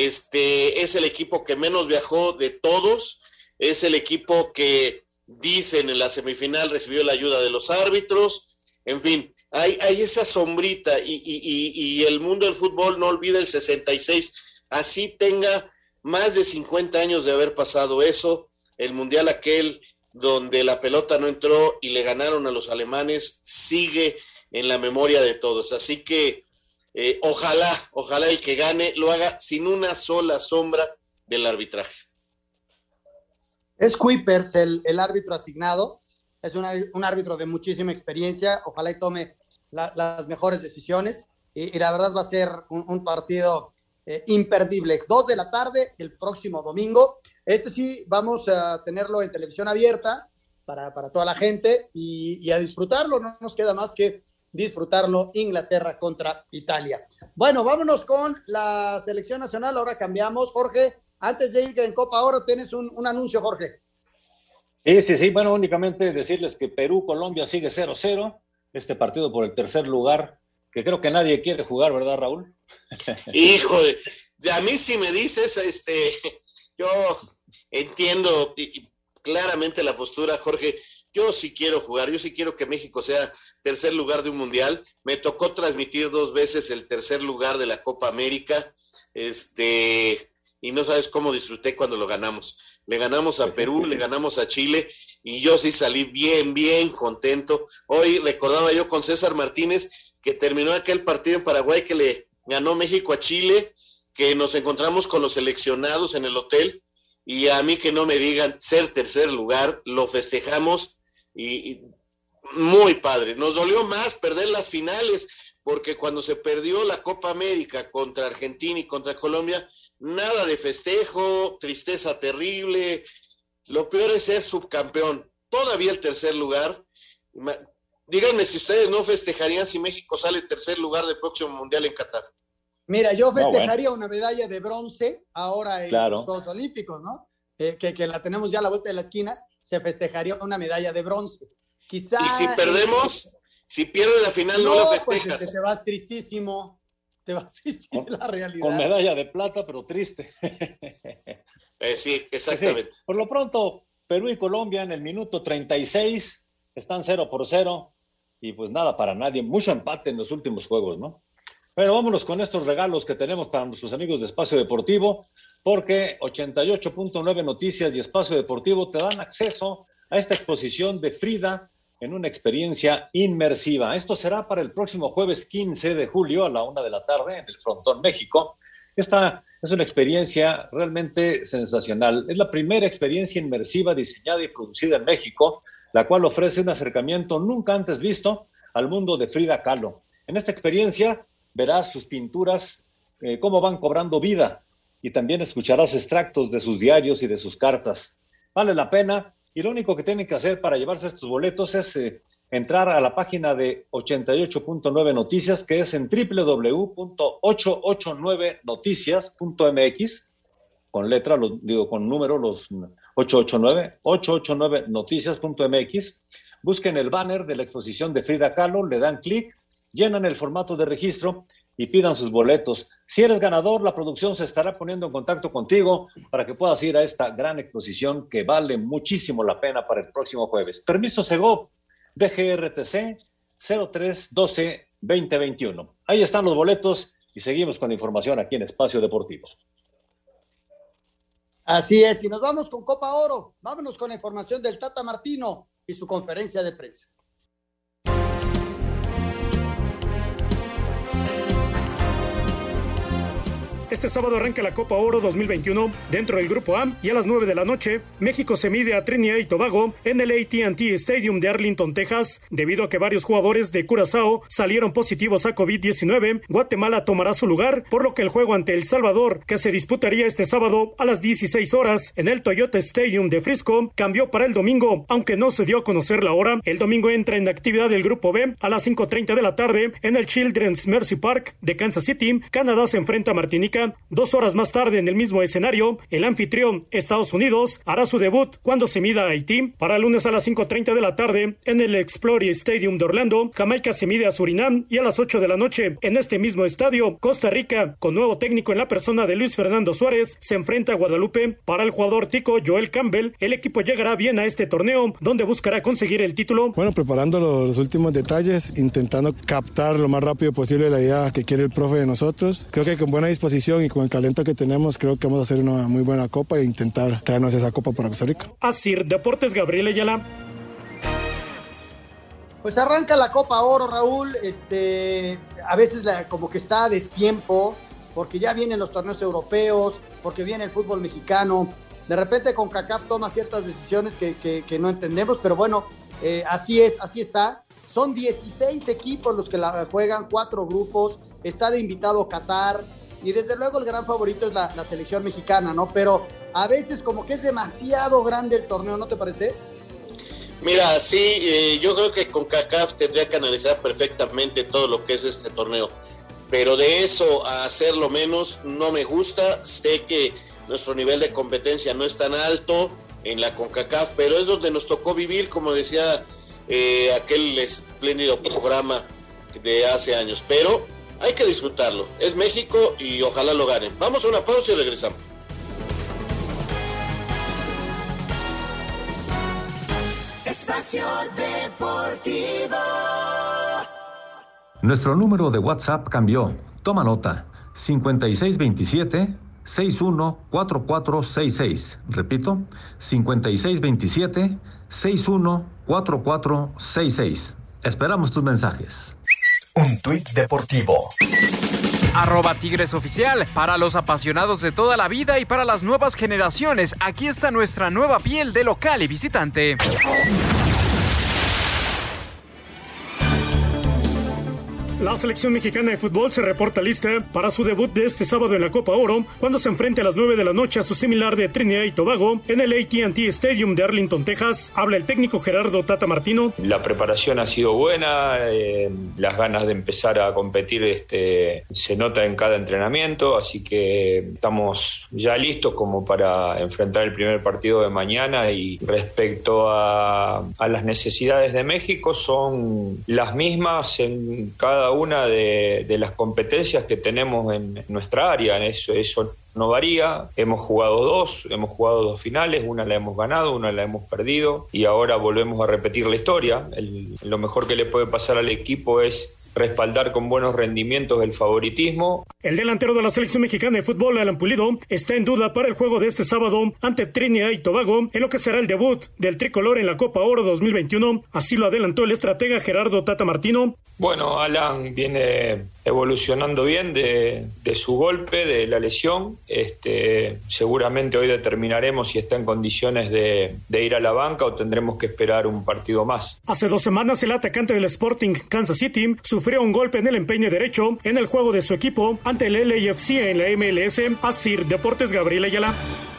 este, es el equipo que menos viajó de todos, es el equipo que dicen en la semifinal recibió la ayuda de los árbitros, en fin, hay, hay esa sombrita y, y, y, y el mundo del fútbol no olvida el sesenta y seis, así tenga más de cincuenta años de haber pasado eso, el mundial aquel donde la pelota no entró y le ganaron a los alemanes, sigue en la memoria de todos, así que eh, ojalá, ojalá el que gane lo haga sin una sola sombra del arbitraje. Es Kuipers el, el árbitro asignado, es una, un árbitro de muchísima experiencia, ojalá y tome la, las mejores decisiones y, y la verdad va a ser un, un partido eh, imperdible. Dos de la tarde el próximo domingo, este sí vamos a tenerlo en televisión abierta para, para toda la gente y, y a disfrutarlo, no nos queda más que disfrutarlo, Inglaterra contra Italia. Bueno, vámonos con la selección nacional, ahora cambiamos, Jorge. Antes de ir en Copa Oro, tienes un, un anuncio, Jorge. Sí, sí, sí. Bueno, únicamente decirles que Perú-Colombia sigue cero cero. Este partido por el tercer lugar, que creo que nadie quiere jugar, ¿verdad, Raúl? Híjole, a mí si me dices, este, yo entiendo claramente la postura, Jorge. Yo sí quiero jugar, yo sí quiero que México sea tercer lugar de un mundial. Me tocó transmitir dos veces el tercer lugar de la Copa América. Este... y no sabes cómo disfruté cuando lo ganamos. Le ganamos a Perú, le ganamos a Chile, y yo sí salí bien, bien contento. Hoy recordaba yo con César Martínez que terminó aquel partido en Paraguay que le ganó México a Chile, que nos encontramos con los seleccionados en el hotel, y a mí que no me digan ser tercer lugar, lo festejamos, y, y muy padre. Nos dolió más perder las finales, porque cuando se perdió la Copa América contra Argentina y contra Colombia, nada de festejo, tristeza terrible. Lo peor es ser subcampeón. Todavía el tercer lugar. Díganme si ustedes no festejarían si México sale tercer lugar del próximo Mundial en Qatar. Mira, yo festejaría no, bueno. una medalla de bronce ahora en claro. los Juegos Olímpicos, ¿no? Eh, que, que la tenemos ya a la vuelta de la esquina, se festejaría una medalla de bronce. Quizá. Y si perdemos, eh, si pierdes la final, no, no la festejas. Pues te vas tristísimo. Te vas triste de la realidad. Con medalla de plata, pero triste. Eh, sí, exactamente. Sí, por lo pronto, Perú y Colombia en el minuto treinta y seis están cero por cero y pues nada para nadie. Mucho empate en los últimos juegos, ¿no? Pero vámonos con estos regalos que tenemos para nuestros amigos de Espacio Deportivo. porque ochenta y ocho punto nueve Noticias y Espacio Deportivo te dan acceso a esta exposición de Frida en una experiencia inmersiva. Esto será para el próximo jueves quince de julio a la una de la tarde en el Frontón México. Esta es una experiencia realmente sensacional. Es la primera experiencia inmersiva diseñada y producida en México, la cual ofrece un acercamiento nunca antes visto al mundo de Frida Kahlo. En esta experiencia verás sus pinturas, eh, cómo van cobrando vida, y también escucharás extractos de sus diarios y de sus cartas. Vale la pena, y lo único que tienen que hacer para llevarse estos boletos es eh, entrar a la página de ochenta y ocho punto nueve Noticias, que es en doble u doble u doble u punto ochocientos ochenta y nueve noticias punto m x, con letra, lo digo con número, los ochocientos ochenta y nueve, ochocientos ochenta y nueve noticias punto m x. Busquen el banner de la exposición de Frida Kahlo, le dan clic, llenan el formato de registro y pidan sus boletos. Si eres ganador, la producción se estará poniendo en contacto contigo para que puedas ir a esta gran exposición que vale muchísimo la pena para el próximo jueves. Permiso Segov, D G R T C cero tres doce veinte veintiuno. Ahí están los boletos y seguimos con información aquí en Espacio Deportivo. Así es, y nos vamos con Copa Oro. Vámonos con la información del Tata Martino y su conferencia de prensa. Este sábado arranca la Copa Oro dos mil veintiuno dentro del Grupo A y a las nueve de la noche, México se mide a Trinidad y Tobago en el A T and T Stadium de Arlington, Texas. Debido a que varios jugadores de Curazao salieron positivos a COVID diecinueve, Guatemala tomará su lugar, por lo que el juego ante El Salvador, que se disputaría este sábado a las dieciséis horas en el Toyota Stadium de Frisco, cambió para el domingo, aunque no se dio a conocer la hora. El domingo entra en actividad el Grupo B a las cinco treinta de la tarde en el Children's Mercy Park de Kansas City. Canadá se enfrenta a Martinica. Dos horas más tarde en el mismo escenario, el anfitrión Estados Unidos hará su debut cuando se mida a Haití. Para el lunes a las cinco treinta de la tarde en el Exploria Stadium de Orlando, Jamaica se mide a Surinam, y a las ocho de la noche en este mismo estadio, Costa Rica, con nuevo técnico en la persona de Luis Fernando Suárez, se enfrenta a Guadalupe. Para el jugador tico Joel Campbell, el equipo llegará bien a este torneo, donde buscará conseguir el título. Bueno, preparando los, los últimos detalles, intentando captar lo más rápido posible la idea que quiere el profe de nosotros. Creo que con buena disposición y con el talento que tenemos, creo que vamos a hacer una muy buena copa e intentar traernos esa copa para Costa Rica. Asir Deportes, Gabriel Ayala. Pues arranca la Copa Oro, Raúl. Este, a veces la, como que está a destiempo, porque ya vienen los torneos europeos, porque viene el fútbol mexicano. De repente CONCACAF toma ciertas decisiones que, que, que no entendemos, pero bueno, eh, así es, así está. Son dieciséis equipos los que la juegan, cuatro grupos. Está de invitado Qatar. Y desde luego el gran favorito es la, la selección mexicana, ¿no? Pero a veces como que es demasiado grande el torneo, ¿no te parece? Mira, sí, eh, yo creo que CONCACAF tendría que analizar perfectamente todo lo que es este torneo. Pero de eso a hacerlo menos no me gusta. Sé que nuestro nivel de competencia no es tan alto en la CONCACAF, pero es donde nos tocó vivir, como decía eh, aquel espléndido programa de hace años. Pero hay que disfrutarlo. Es México y ojalá lo ganen. Vamos a una pausa y regresamos. Espacio Deportivo. Nuestro número de WhatsApp cambió. Toma nota. cincuenta y seis veintisiete, sesenta y uno, cuarenta y cuatro sesenta y seis. Repito, cincuenta y seis veintisiete, sesenta y uno, cuarenta y cuatro sesenta y seis. Esperamos tus mensajes. Un tuit deportivo. Arroba Tigres Oficial. Para los apasionados de toda la vida y para las nuevas generaciones, aquí está nuestra nueva piel de local y visitante. La selección mexicana de fútbol se reporta lista para su debut de este sábado en la Copa Oro, cuando se enfrente a las nueve de la noche a su similar de Trinidad y Tobago en el A T and T Stadium de Arlington, Texas. Habla el técnico Gerardo Tata Martino. La preparación ha sido buena, eh, las ganas de empezar a competir este, se nota en cada entrenamiento, así que estamos ya listos como para enfrentar el primer partido de mañana. Y respecto a, a las necesidades de México, son las mismas en cada una de, de las competencias que tenemos en nuestra área. Eso, eso no varía. Hemos jugado dos, hemos jugado dos finales, una la hemos ganado, una la hemos perdido y ahora volvemos a repetir la historia. El, lo mejor que le puede pasar al equipo es respaldar con buenos rendimientos el favoritismo. El delantero de la selección mexicana de fútbol, Alan Pulido, está en duda para el juego de este sábado ante Trinidad y Tobago, en lo que será el debut del tricolor en la Copa Oro dos mil veintiuno. Así lo adelantó el estratega Gerardo Tata Martino. Bueno, Alan viene evolucionando bien de, de su golpe, de la lesión. Este, seguramente hoy determinaremos si está en condiciones de, de ir a la banca o tendremos que esperar un partido más. Hace dos semanas el atacante del Sporting Kansas City sufrió un golpe en el empeine derecho en el juego de su equipo ante el L A F C en la M L S. Así Deportes, Gabriel Ayala.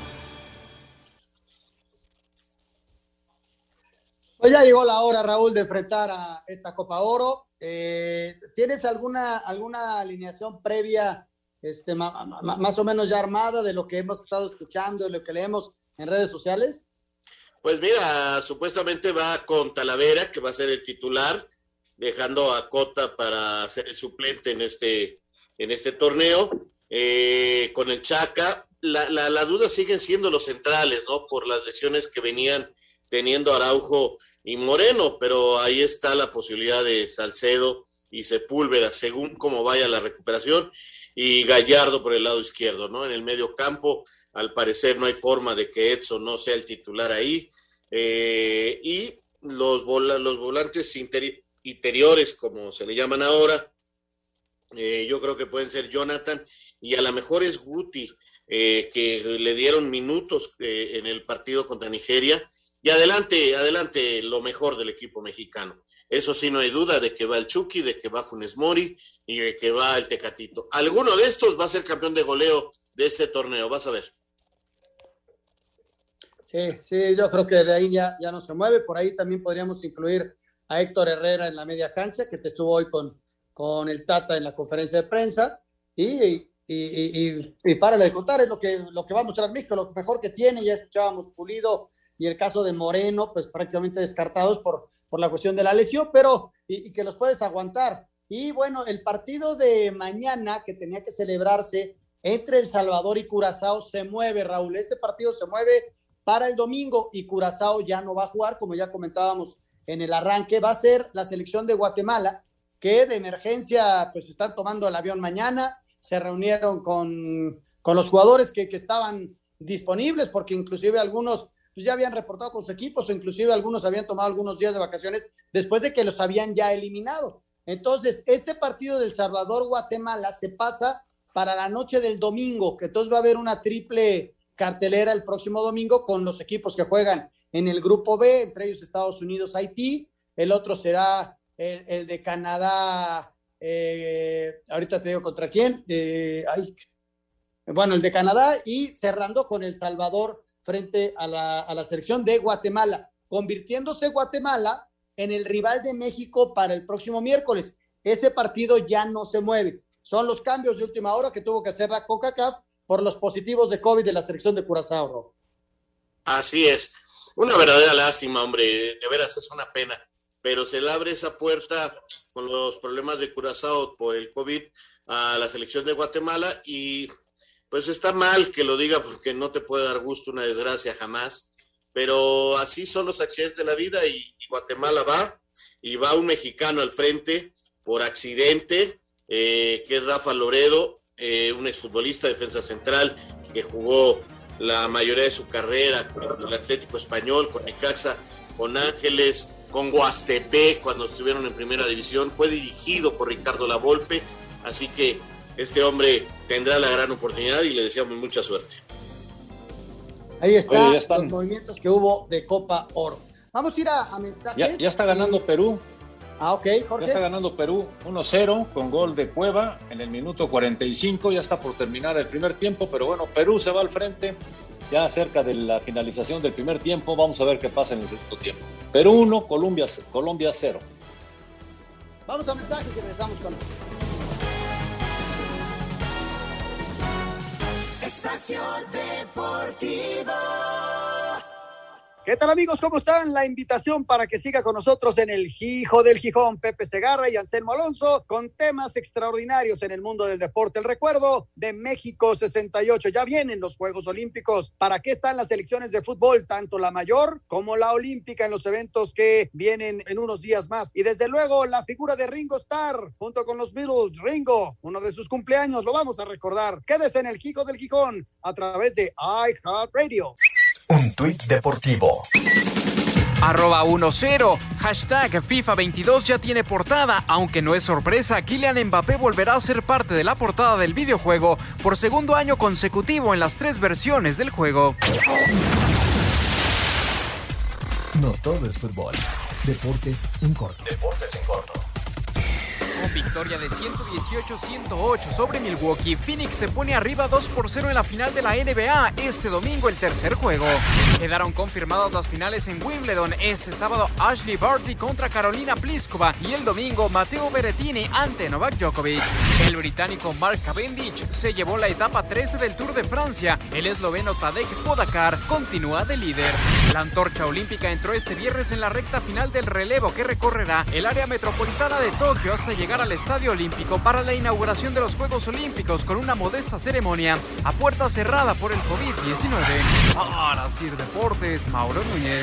Pues ya llegó la hora, Raúl, de enfrentar a esta Copa Oro. Eh, ¿Tienes alguna, alguna alineación previa, este, ma, ma, más o menos ya armada de lo que hemos estado escuchando, de lo que leemos en redes sociales? Pues mira, supuestamente va con Talavera, que va a ser el titular, dejando a Cota para ser el suplente en este, en este torneo. Eh, con el Chaca, la, la, la duda siguen siendo los centrales, ¿no? Por las lesiones que venían teniendo Araujo y Moreno, pero ahí está la posibilidad de Salcedo y Sepúlveda, según cómo vaya la recuperación, y Gallardo por el lado izquierdo, ¿no? En el medio campo, al parecer no hay forma de que Edson no sea el titular ahí, eh, y los, vola, los volantes interi- interiores, como se le llaman ahora, eh, yo creo que pueden ser Jonathan, y a lo mejor es Guti, eh, que le dieron minutos eh, en el partido contra Nigeria. Y adelante, adelante lo mejor del equipo mexicano. Eso sí, no hay duda de que va el Chucky, de que va Funes Mori y de que va el Tecatito. Alguno de estos va a ser campeón de goleo de este torneo, vas a ver. Sí, sí, yo creo que de ahí ya, ya no se mueve. Por ahí también podríamos incluir a Héctor Herrera en la media cancha, que te estuvo hoy con, con el Tata en la conferencia de prensa. Y, y, y, y, y párale de contar, es lo que, lo que va a mostrar México, lo mejor que tiene. Ya escuchábamos Pulido y el caso de Moreno, pues prácticamente descartados por, por la cuestión de la lesión, pero y, y que los puedes aguantar. Y bueno, el partido de mañana que tenía que celebrarse entre El Salvador y Curazao se mueve, Raúl. Este partido se mueve para el domingo y Curazao ya no va a jugar, como ya comentábamos en el arranque. Va a ser la selección de Guatemala, que de emergencia pues están tomando el avión mañana. Se reunieron con, con los jugadores que, que estaban disponibles, porque inclusive algunos pues ya habían reportado con sus equipos, o inclusive algunos habían tomado algunos días de vacaciones después de que los habían ya eliminado. Entonces, este partido del Salvador-Guatemala se pasa para la noche del domingo, que entonces va a haber una triple cartelera el próximo domingo con los equipos que juegan en el grupo B, entre ellos Estados Unidos, Haití. El otro será el, el de Canadá, eh, ahorita te digo contra quién, eh, ay, bueno, el de Canadá, y cerrando con El Salvador frente a la, a la selección de Guatemala, convirtiéndose Guatemala en el rival de México para el próximo miércoles. Ese partido ya no se mueve. Son los cambios de última hora que tuvo que hacer la CONCACAF por los positivos de COVID de la selección de Curazao, ¿no? Así es. Una verdadera lástima, hombre. De veras es una pena. Pero se le abre esa puerta con los problemas de Curazao por el COVID a la selección de Guatemala y pues está mal que lo diga porque no te puede dar gusto una desgracia jamás, pero así son los accidentes de la vida y, y Guatemala va, y va un mexicano al frente por accidente, eh, que es Rafa Loredo, eh, un exfutbolista, defensa central, que jugó la mayoría de su carrera con el Atlético Español, con Necaxa, con Ángeles, con Huastepec cuando estuvieron en primera división, fue dirigido por Ricardo Lavolpe, así que este hombre tendrá la gran oportunidad y le deseamos mucha suerte. Ahí están Oye, los movimientos que hubo de Copa Oro. Vamos a ir a, a mensajes. Ya, ya está ganando y... Perú. Ah, ok, Jorge. Ya está ganando Perú uno cero con gol de Cueva en el minuto cuarenta y cinco. Ya está por terminar el primer tiempo, pero bueno, Perú se va al frente ya cerca de la finalización del primer tiempo. Vamos a ver qué pasa en el segundo tiempo. Perú uno, Colombia, Colombia cero. Vamos a mensajes y regresamos con eso. Espacio Deportivo. ¿Qué tal, amigos? ¿Cómo están? La invitación para que siga con nosotros en el Hijo del Gijón, Pepe Segarra y Anselmo Alonso, con temas extraordinarios en el mundo del deporte. El recuerdo de México sesenta y ocho. Ya vienen los Juegos Olímpicos. ¿Para qué están las selecciones de fútbol, tanto la mayor como la olímpica, en los eventos que vienen en unos días más? Y desde luego, la figura de Ringo Starr, junto con los Beatles. Ringo, uno de sus cumpleaños, lo vamos a recordar. Quédese en el Hijo del Gijón a través de iHeartRadio. Un tuit deportivo. Arroba uno cero. Hashtag FIFA veintidós ya tiene portada. Aunque no es sorpresa, Kylian Mbappé volverá a ser parte de la portada del videojuego por segundo año consecutivo en las tres versiones del juego. No todo es fútbol. Deportes en corto. Deportes en corto. Con victoria de ciento dieciocho a ciento ocho sobre Milwaukee, Phoenix se pone arriba dos por cero en la final de la N B A este domingo, el tercer juego. Quedaron confirmadas las finales en Wimbledon. Este sábado Ashley Barty contra Carolina Pliskova y el domingo Matteo Berrettini ante Novak Djokovic. El británico Mark Cavendish se llevó la etapa trece del Tour de Francia. El esloveno Tadej Pogačar continúa de líder. La antorcha olímpica entró este viernes en la recta final del relevo que recorrerá el área metropolitana de Tokio hasta llegar al Estadio Olímpico para la inauguración de los Juegos Olímpicos con una modesta ceremonia a puerta cerrada por el covid diecinueve. Para Sir Deportes, Mauro Núñez.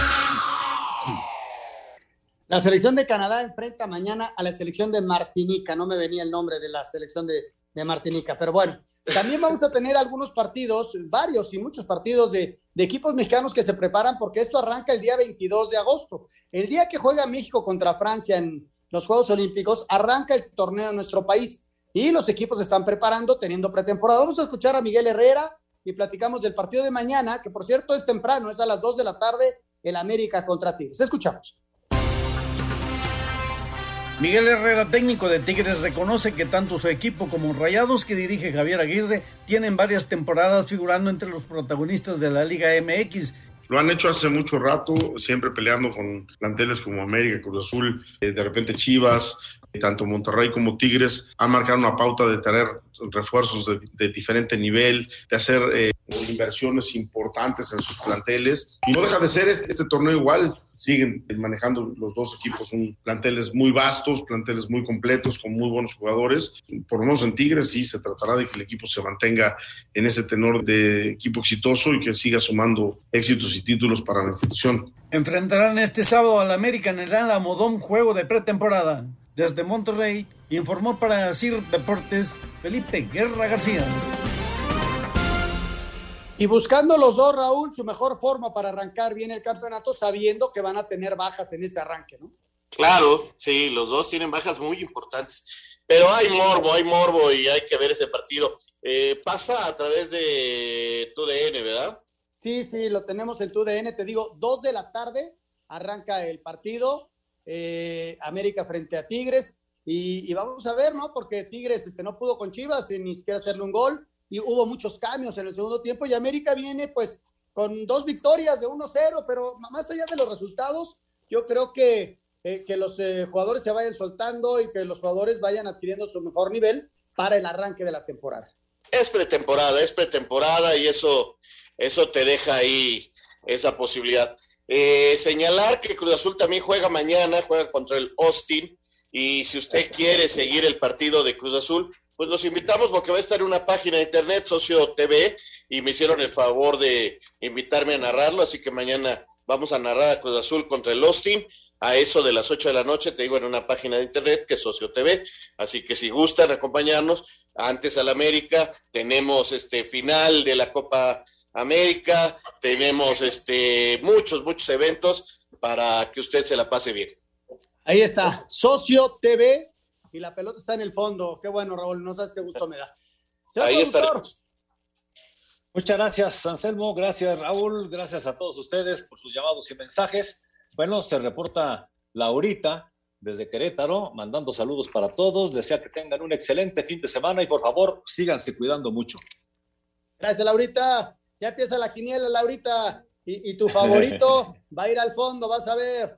La selección de Canadá enfrenta mañana a la selección de Martinica. No me venía el nombre de la selección de, de Martinica, pero bueno. También vamos a tener algunos partidos, varios y muchos partidos de, de equipos mexicanos que se preparan, porque esto arranca el día veintidós de agosto. El día que juega México contra Francia en los Juegos Olímpicos, arranca el torneo en nuestro país y los equipos se están preparando, teniendo pretemporada. Vamos a escuchar a Miguel Herrera y platicamos del partido de mañana, que por cierto es temprano, es a las dos de la tarde, el América contra Tigres. Escuchamos. Miguel Herrera, técnico de Tigres, reconoce que tanto su equipo como Rayados, que dirige Javier Aguirre, tienen varias temporadas figurando entre los protagonistas de la Liga M X. Lo han hecho hace mucho rato, siempre peleando con planteles como América, Cruz Azul, eh, de repente Chivas, eh, tanto Monterrey como Tigres han marcado una pauta de tener refuerzos de, de diferente nivel, de hacer eh, inversiones importantes en sus planteles. Y no deja de ser este, este torneo igual. Siguen manejando los dos equipos un planteles muy vastos, planteles muy completos, con muy buenos jugadores. Por lo menos en Tigres sí se tratará de que el equipo se mantenga en ese tenor de equipo exitoso y que siga sumando éxitos y títulos para la institución. Enfrentarán este sábado al América en el Alamodón, juego de pretemporada. Desde Monterrey, informó para Sir Deportes Felipe Guerra García. Y buscando los dos, Raúl, su mejor forma para arrancar bien el campeonato, sabiendo que van a tener bajas en ese arranque, ¿no? Claro, sí, los dos tienen bajas muy importantes, pero hay morbo, hay morbo y hay que ver ese partido. Eh, pasa a través de tu D N, ¿verdad? Sí, sí, lo tenemos en tu D N, te digo, dos de la tarde arranca el partido, eh, América frente a Tigres, y, y vamos a ver, ¿no? Porque Tigres este, no pudo con Chivas, ni siquiera hacerle un gol, y hubo muchos cambios en el segundo tiempo, y América viene pues con dos victorias de uno cero, pero más allá de los resultados, yo creo que, eh, que los eh, jugadores se vayan soltando y que los jugadores vayan adquiriendo su mejor nivel para el arranque de la temporada. Es pretemporada, es pretemporada y eso, eso te deja ahí esa posibilidad. Eh, señalar que Cruz Azul también juega mañana, juega contra el Austin, y si usted quiere seguir el partido de Cruz Azul, pues los invitamos porque va a estar en una página de internet, Socio T V, y me hicieron el favor de invitarme a narrarlo, así que mañana vamos a narrar a Cruz Azul contra el Austin, a eso de las ocho de la noche, te digo, en una página de internet que es Socio T V, así que si gustan acompañarnos, antes al América, tenemos este final de la Copa América, tenemos este muchos, muchos eventos para que usted se la pase bien. Ahí está, Socio T V, y la pelota está en el fondo. Qué bueno, Raúl, no sabes qué gusto me da. Ahí estaremos. Muchas gracias, Anselmo, gracias, Raúl, gracias a todos ustedes por sus llamados y mensajes. Bueno, se reporta Laurita desde Querétaro, mandando saludos para todos, desea que tengan un excelente fin de semana y por favor, síganse cuidando mucho. Gracias, Laurita. Ya empieza la quiniela, Laurita, y, y tu favorito va a ir al fondo, vas a ver.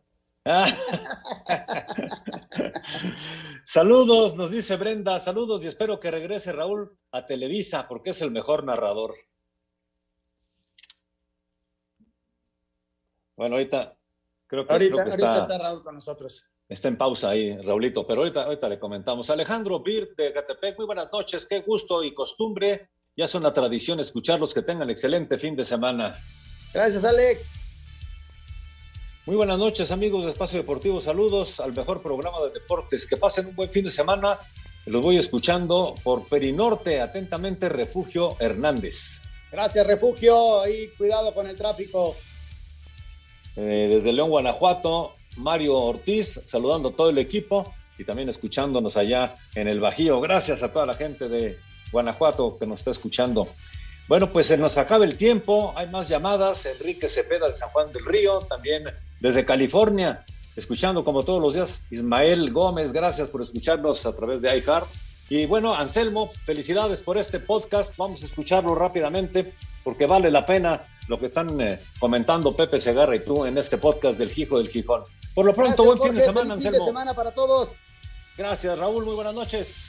Saludos, nos dice Brenda, saludos y espero que regrese Raúl a Televisa porque es el mejor narrador. Bueno, ahorita creo que, ahorita, creo que ahorita está, está Raúl con nosotros. Está en pausa ahí, Raulito, pero ahorita, ahorita le comentamos. Alejandro Birt de Catepec, muy buenas noches, qué gusto y costumbre. Ya es una tradición escucharlos, que tengan excelente fin de semana. Gracias, Alex. Muy buenas noches, amigos de Espacio Deportivo. Saludos al mejor programa de deportes. Que pasen un buen fin de semana. Los voy escuchando por Perinorte. Atentamente, Refugio Hernández. Gracias, Refugio. Y cuidado con el tráfico. Eh, desde León, Guanajuato, Mario Ortiz, saludando a todo el equipo y también escuchándonos allá en el Bajío. Gracias a toda la gente de Guanajuato que nos está escuchando. Bueno, pues se nos acaba el tiempo. Hay más llamadas. Enrique Cepeda de San Juan del Río, también desde California, escuchando como todos los días. Ismael Gómez, gracias por escucharnos a través de iHeart. Y bueno, Anselmo, felicidades por este podcast. Vamos a escucharlo rápidamente porque vale la pena lo que están eh, comentando Pepe Segarra y tú en este podcast del Hijo del Gijón. Por lo pronto, Gracias, buen Jorge, fin de semana, feliz Anselmo. Fin de semana para todos. Gracias, Raúl. Muy buenas noches.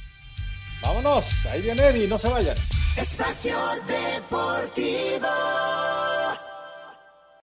Vámonos. Ahí viene Eddie. No se vayan. Espacio Deportivo.